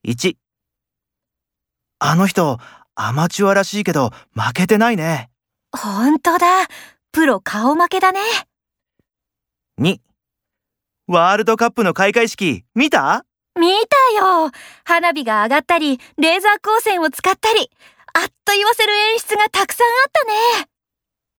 1、あの人、アマチュアらしいけど負けてないね。 ほんとだ。プロ顔負けだね。 2、ワールドカップの開会式見た？ 見たよ。花火が上がったり、レーザー光線を使ったり、あっと言わせる演出がたくさんあったね。